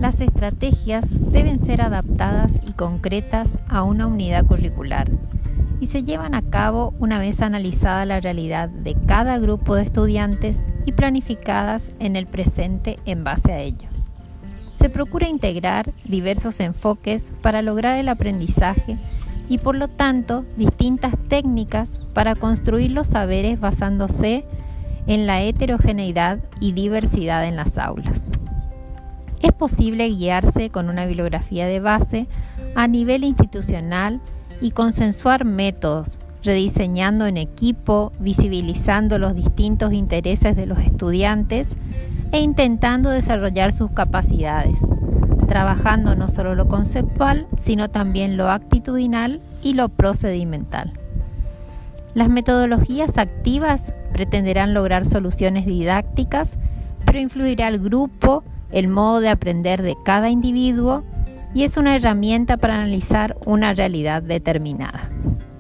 Las estrategias deben ser adaptadas y concretas a una unidad curricular y se llevan a cabo una vez analizada la realidad de cada grupo de estudiantes y planificadas en el presente en base a ello. Se procura integrar diversos enfoques para lograr el aprendizaje y por lo tanto distintas técnicas para construir los saberes basándose en la heterogeneidad y diversidad en las aulas. Es posible guiarse con una bibliografía de base a nivel institucional y consensuar métodos, rediseñando en equipo, visibilizando los distintos intereses de los estudiantes e intentando desarrollar sus capacidades, trabajando no solo lo conceptual, sino también lo actitudinal y lo procedimental. Las metodologías activas pretenderán lograr soluciones didácticas, pero influirá al grupo, el modo de aprender de cada individuo y es una herramienta para analizar una realidad determinada.